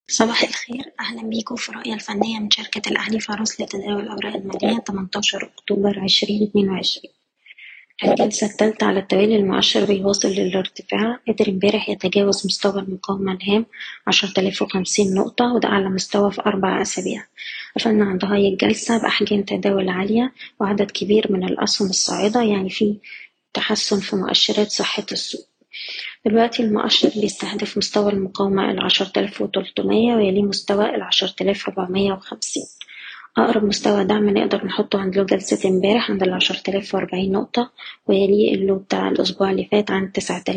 صباح الخير، أهلا بيكم في الرؤية الفنية من شركة الأهلي فارس لتداول الأوراق المالية 18 أكتوبر 2022. الجلسة الثالثة على التوالي المؤشر بيواصل للارتفاع، قدر امبارح يتجاوز مستوى المقاومة الهام 10,050 نقطة وده أعلى مستوى في 4 أسابيع. قفلنا عند هاي الجلسة بأحجام تداول عالية وعدد كبير من الأسهم الصاعدة، يعني في تحسن في مؤشرات صحة السوق. دلوقتي المؤشر بيستهدف مستوى المقاومة 10,300 ويليه مستوى 10,450. أقرب مستوى دعم نقدر نحطه عند لو جلسة امبارح عند 10,040 نقطة، ويليه اللو بتاع الأسبوع اللي فات عند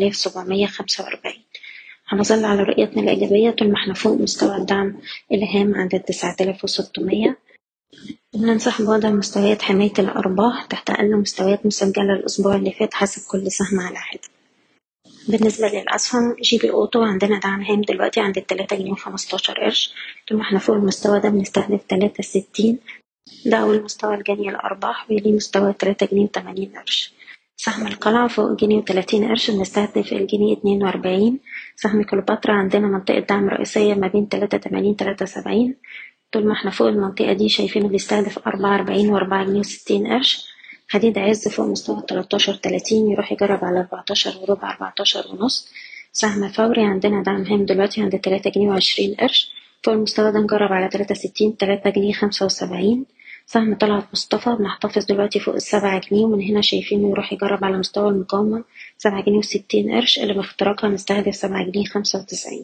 9,745. هنظل على رؤيتنا الإيجابية طول ما احنا فوق مستوى الدعم الهام عند 9,600. بننصح بوضع مستويات حماية الأرباح تحت أقل مستويات مسجلة الأسبوع اللي فات حسب كل سهم على حدة. بالنسبة للأسهم جي بي أوتو عندنا دعم هام دلوقتي عند 3 جنيه و15 قرش. طول ما احنا فوق المستوى ده بنستهدف 3.60، ده أول مستوى لجني الأرباح ويليه مستوى 3 جنيه و80 قرش. سهم القلعة فوق جنيه و30 قرش بنستهدف الجنيه 42. سهم كليوباترا عندنا منطقة دعم رئيسية ما بين 3.80 طول ما احنا فوق المنطقة دي شايفينه بيستهدف 44 و4 جنيه و60 قرش. حديد عز فوق مستوى 13.30 يروح يجرب على 14 وربع 14 ونص. سهم فوري عندنا دعم هام دلوقتي عند 3 جنيه و20 قرش، فوق المستوى ده نجرب على 3.60 3 جنيه 75. سهم طلعت مصطفى بنحتفظ دلوقتي فوق 7 جنيه ومن هنا شايفينه يروح يجرب على مستوى المقاومة 7 جنيه و60 قرش اللي باختراقها نستهدف 7 جنيه 95.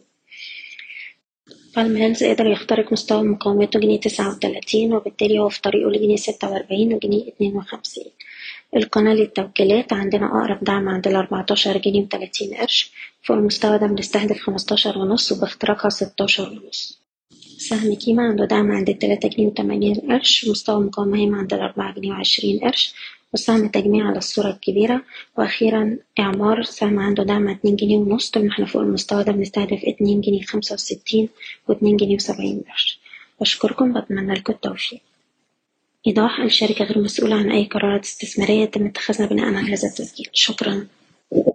بالم هيلز قدر يخترق مستوى مقاومته جنيه 39 وبالتالي هو في طريقه لجنيه 46 وجنيه 52. القناة للتوكيلات عندنا أقرب دعم عند 14 جنيه و30 قرش، فوق المستوى ده بنستهدف 15 ونص وباختراقها 16 ونص. سهم كيما عنده دعم عند 3 جنيه و80 قرش، مستوى مقاومة هام عند 4 جنيه و20 قرش والسهم تجميع على الصورة الكبيرة. وأخيرا إعمار سهم عنده دعم 2 جنيه ونص، طول ما احنا فوق المستوى ده بنستهدف 2 جنيه 65 و2 جنيه و70 قرش. بشكركم، بتمنى لكم التوفيق. إيضاح: الشركة غير مسؤولة عن أي قرارات استثمارية يتم اتخاذها بناء على هذا التسجيل. شكرا.